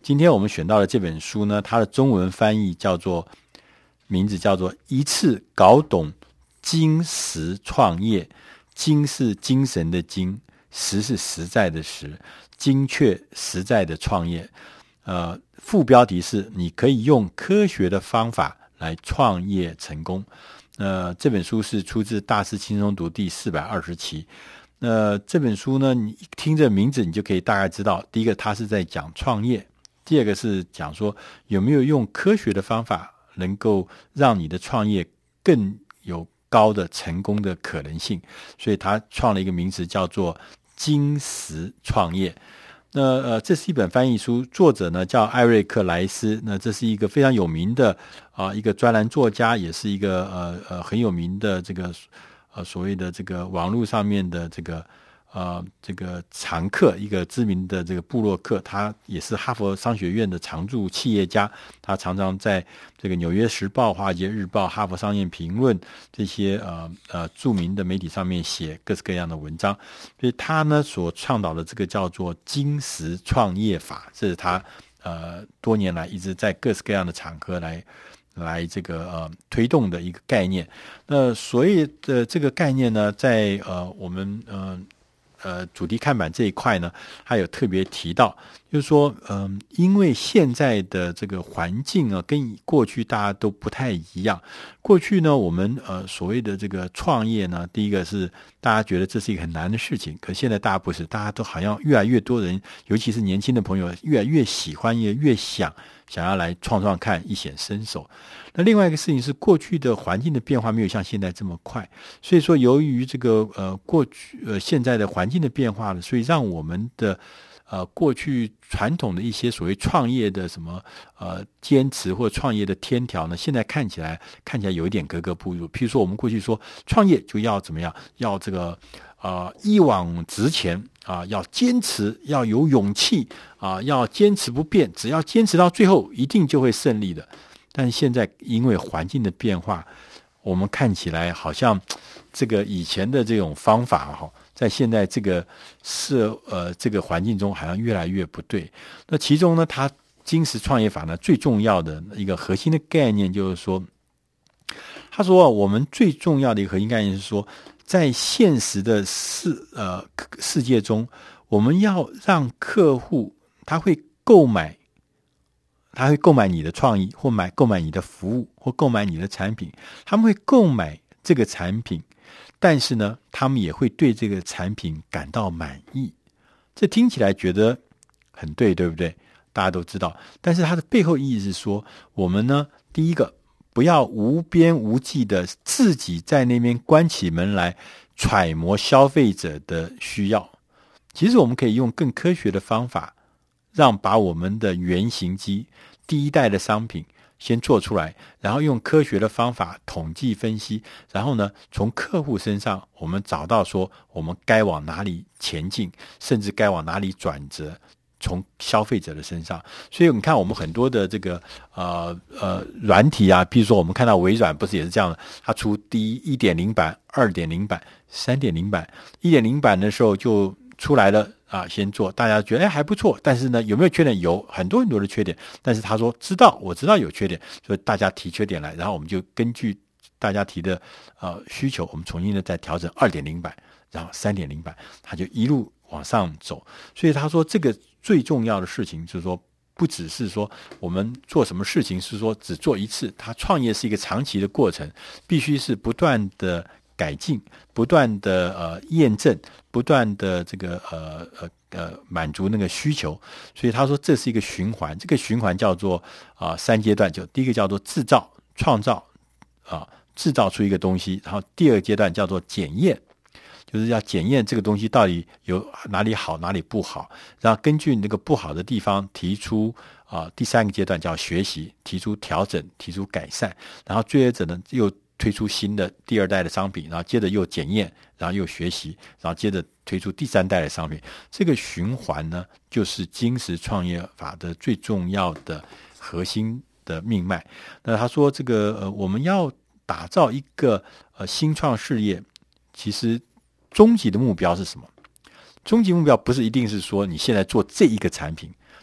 今天我们选到的这本书呢，它的中文翻译名字叫做一次搞懂精实创业。精是精神的精，实是实在的实，精确实在的创业。副标题是你可以用科学的方法来创业成功。这本书是出自大师轻松读第420期。这本书呢，你听这名字你就可以大概知道，第一个它是在讲创业，第二个是讲说有没有用科学的方法能够让你的创业更有高的成功的可能性，所以他创了一个名词叫做精实创业。这是一本翻译书，作者呢叫艾瑞克莱斯。这是一个非常有名的一个专栏作家，也是一个很有名的这个所谓的这个网络上面的这个常客，一个知名的这个部落客，他也是哈佛商学院的常驻企业家，他常常在这个纽约时报、华尔街日报、哈佛商业评论这些著名的媒体上面写各式各样的文章。所以他呢所倡导的这个叫做精实创业法，这是他多年来一直在各式各样的场合来这个推动的一个概念。所谓的这个概念呢，在我们主题看板这一块呢，还有特别提到，就是说，因为现在的这个环境啊，跟过去大家都不太一样。过去呢，我们所谓的这个创业呢，第一个是大家觉得这是一个很难的事情，可现在大家不是，大家都好像越来越多人，尤其是年轻的朋友，越来越喜欢，也越想要来创看，一显身手。那另外一个事情是，过去的环境的变化没有像现在这么快，所以说由于这个现在的环境的变化了，所以让我们的过去传统的一些所谓创业的什么坚持或创业的天条呢，现在看起来有一点格格不入。譬如说我们过去说创业就要怎么样，要这个一往直前要坚持，要有勇气要坚持不变，只要坚持到最后一定就会胜利的。但是现在因为环境的变化，我们看起来好像这个以前的这种方法在现在这个这个环境中好像越来越不对。那其中呢，它精实创业法呢最重要的一个核心的概念就是说，他说我们最重要的一个核心概念是说，在现实的世界中，我们要让客户他会购买你的创意，或购买你的服务，或购买你的产品。他们会购买这个产品，但是呢，他们也会对这个产品感到满意。这听起来觉得很对，对不对？大家都知道。但是它的背后意义是说，我们呢，第一个不要无边无际的自己在那边关起门来揣摩消费者的需要。其实我们可以用更科学的方法，把我们的原型机第一代的商品先做出来，然后用科学的方法统计分析，然后呢，从客户身上我们找到说我们该往哪里前进，甚至该往哪里转折，从消费者的身上。所以你看我们很多的这个软体啊，比如说我们看到微软不是也是这样的，它出第 1.0 版、2.0 版、3.0 版。1.0 版的时候就出来了先做，大家觉得还不错，但是呢，有没有缺点？有很多的缺点。但是他说我知道有缺点，所以大家提缺点来，然后我们就根据大家提的需求，我们重新的再调整 2.0 版，然后 3.0 版，他就一路往上走。所以他说这个最重要的事情就是说，不只是说我们做什么事情是说只做一次，他创业是一个长期的过程，必须是不断的改进，不断的验证，不断的这个满足那个需求。所以他说这是一个循环，这个循环叫做3阶段，就第一个叫做制造、创造制造出一个东西，然后第二个阶段叫做检验，就是要检验这个东西到底有哪里好哪里不好，然后根据那个不好的地方提出第三个阶段叫学习，提出调整，提出改善，然后最后者呢又推出新的第二代的商品，然后接着又检验，然后又学习，然后接着推出第三代的商品。这个循环呢，就是精实创业法的最重要的核心的命脉。那他说这个我们要打造一个新创事业，其实终极的目标是什么？终极目标不是一定是说你现在做这一个产品，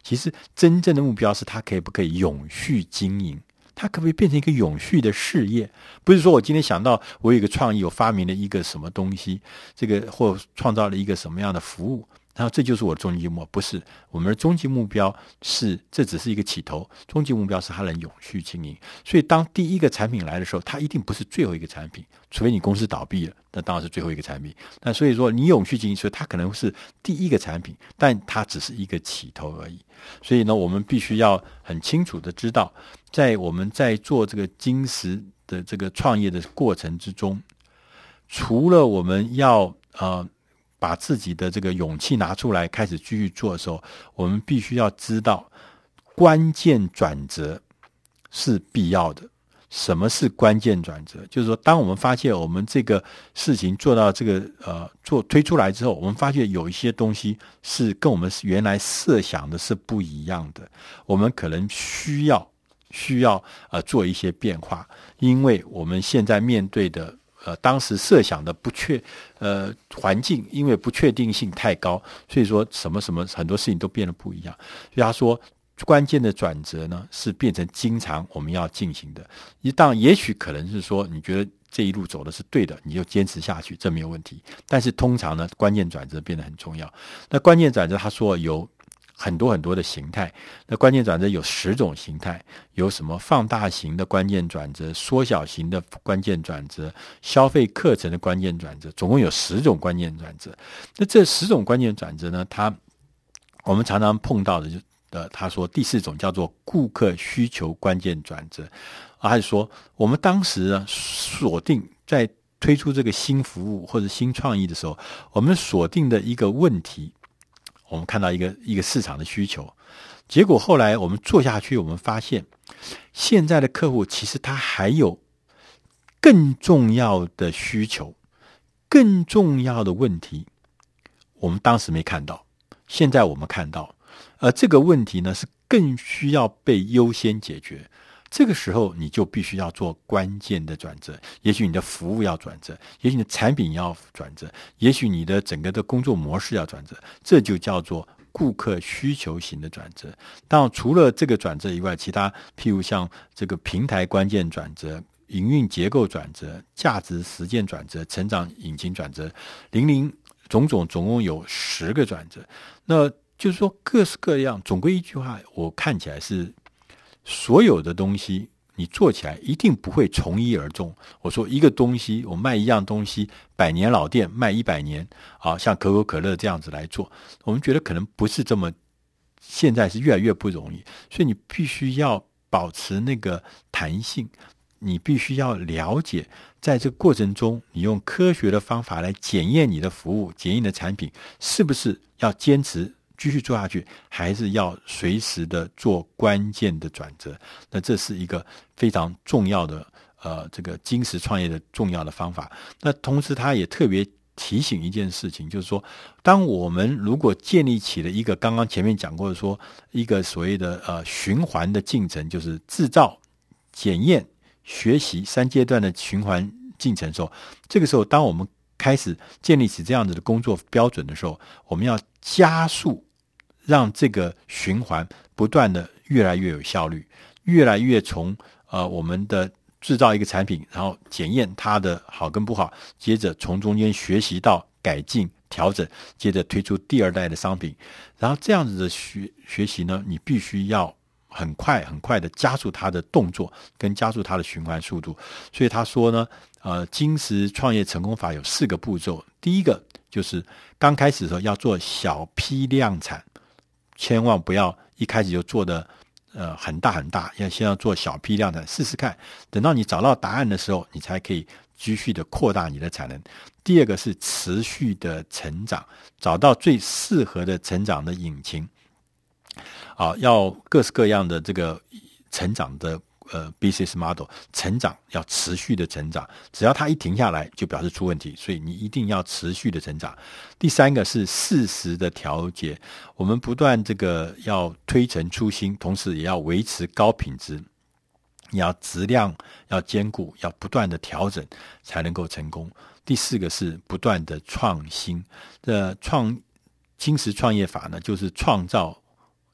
其实真正的目标是它可不可以永续经营，它可不可以变成一个永续的事业？不是说我今天想到我有一个创意，我发明了一个什么东西，这个或创造了一个什么样的服务，然后这就是我的终极目标。不是，我们的终极目标是，这只是一个起头，终极目标是它能永续经营。所以当第一个产品来的时候，它一定不是最后一个产品，除非你公司倒闭了，那当然是最后一个产品。那所以说你永续经营，所以它可能是第一个产品，但它只是一个起头而已。所以呢，我们必须要很清楚的知道，我们在做这个精实的这个创业的过程之中，除了我们要把自己的这个勇气拿出来开始继续做的时候，我们必须要知道关键转折是必要的。什么是关键转折？就是说，当我们发现我们这个事情做到这个推出来之后，我们发现有一些东西是跟我们原来设想的是不一样的，我们可能需要做一些变化，因为我们现在面对的当时设想的环境，因为不确定性太高，所以说什么很多事情都变得不一样。所以他说，关键的转折呢，是变成经常我们要进行的。也许可能是说，你觉得这一路走的是对的，你就坚持下去，这没有问题。但是通常呢，关键转折变得很重要。那关键转折，他说有很多很多的形态。那关键转折有10种形态，有什么放大型的关键转折、缩小型的关键转折、消费课程的关键转折，总共有10种关键转折。那这10种关键转折呢，我们常常碰到的他说第4种叫做顾客需求关键转折。他就说，我们当时呢锁定在推出这个新服务或者新创意的时候，我们锁定的一个问题，我们看到一个市场的需求，结果后来我们做下去，我们发现现在的客户其实他还有更重要的需求，更重要的问题，我们当时没看到，现在我们看到，而这个问题呢是更需要被优先解决。这个时候你就必须要做关键的转折，也许你的服务要转折，也许你的产品要转折，也许你的整个的工作模式要转折，这就叫做顾客需求型的转折。当然除了这个转折以外，其他譬如像这个平台关键转折、营运结构转折、价值实践转折、成长引擎转折，总共有10个转折。那就是说各式各样，总归一句话，我看起来是所有的东西你做起来一定不会从一而终。我说一个东西，我卖一样东西，100年老店卖100年，像可口可乐这样子来做，我们觉得可能不是这么，现在是越来越不容易。所以你必须要保持那个弹性，你必须要了解，在这个过程中，你用科学的方法来检验你的服务，检验你的产品是不是要坚持继续做下去，还是要随时的做关键的转折。那这是一个非常重要的这个精实创业的重要的方法。那同时他也特别提醒一件事情，就是说，当我们如果建立起了一个刚刚前面讲过的说一个所谓的循环的进程，就是制造、检验、学习3阶段的循环进程的时候，这个时候当我们开始建立起这样子的工作标准的时候，我们要加速让这个循环不断的越来越有效率，越来越从我们的制造一个产品，然后检验它的好跟不好，接着从中间学习到改进调整，接着推出第2代的商品。然后这样子的学习呢，你必须要很快的加速它的动作跟加速它的循环速度。所以他说呢，精实创业成功法有4个步骤。第一个就是刚开始的时候要做小批量产，千万不要一开始就做的很大，要先要做小批量产试试看，等到你找到答案的时候，你才可以继续的扩大你的产能。第二个是持续的成长，找到最适合的成长的引擎，要各式各样的这个成长的business model， 成长要持续的成长，只要它一停下来就表示出问题，所以你一定要持续的成长。第3个是适时的调节，我们不断这个要推陈出新，同时也要维持高品质，你要质量要兼顾，要不断的调整才能够成功。第4个是不断的创新。精实创业法呢，就是创造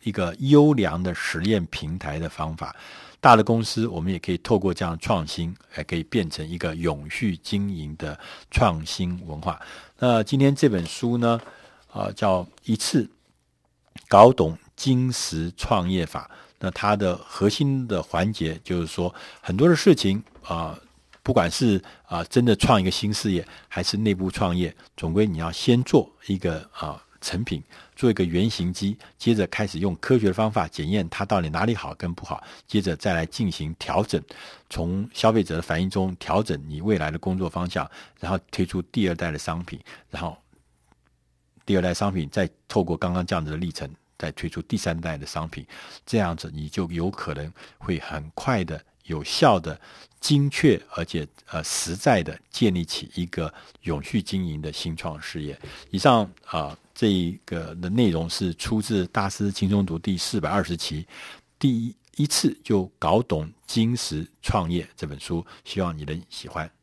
一个优良的实验平台的方法。大的公司我们也可以透过这样的创新，可以变成一个永续经营的创新文化。那今天这本书呢，叫一次搞懂精实创业法。那它的核心的环节就是说，很多的事情不管是真的创一个新事业，还是内部创业，总归你要先做一个成品，做一个原型机，接着开始用科学的方法检验它到底哪里好跟不好，接着再来进行调整，从消费者的反应中调整你未来的工作方向，然后推出第二代的商品，然后第二代商品再透过刚刚这样子的历程，再推出第三代的商品，这样子你就有可能会很快的、有效的、精确而且实在的建立起一个永续经营的新创事业。以上这一个的内容是出自《大师轻松读》第420期，第一次就搞懂精实创业这本书，希望你能喜欢。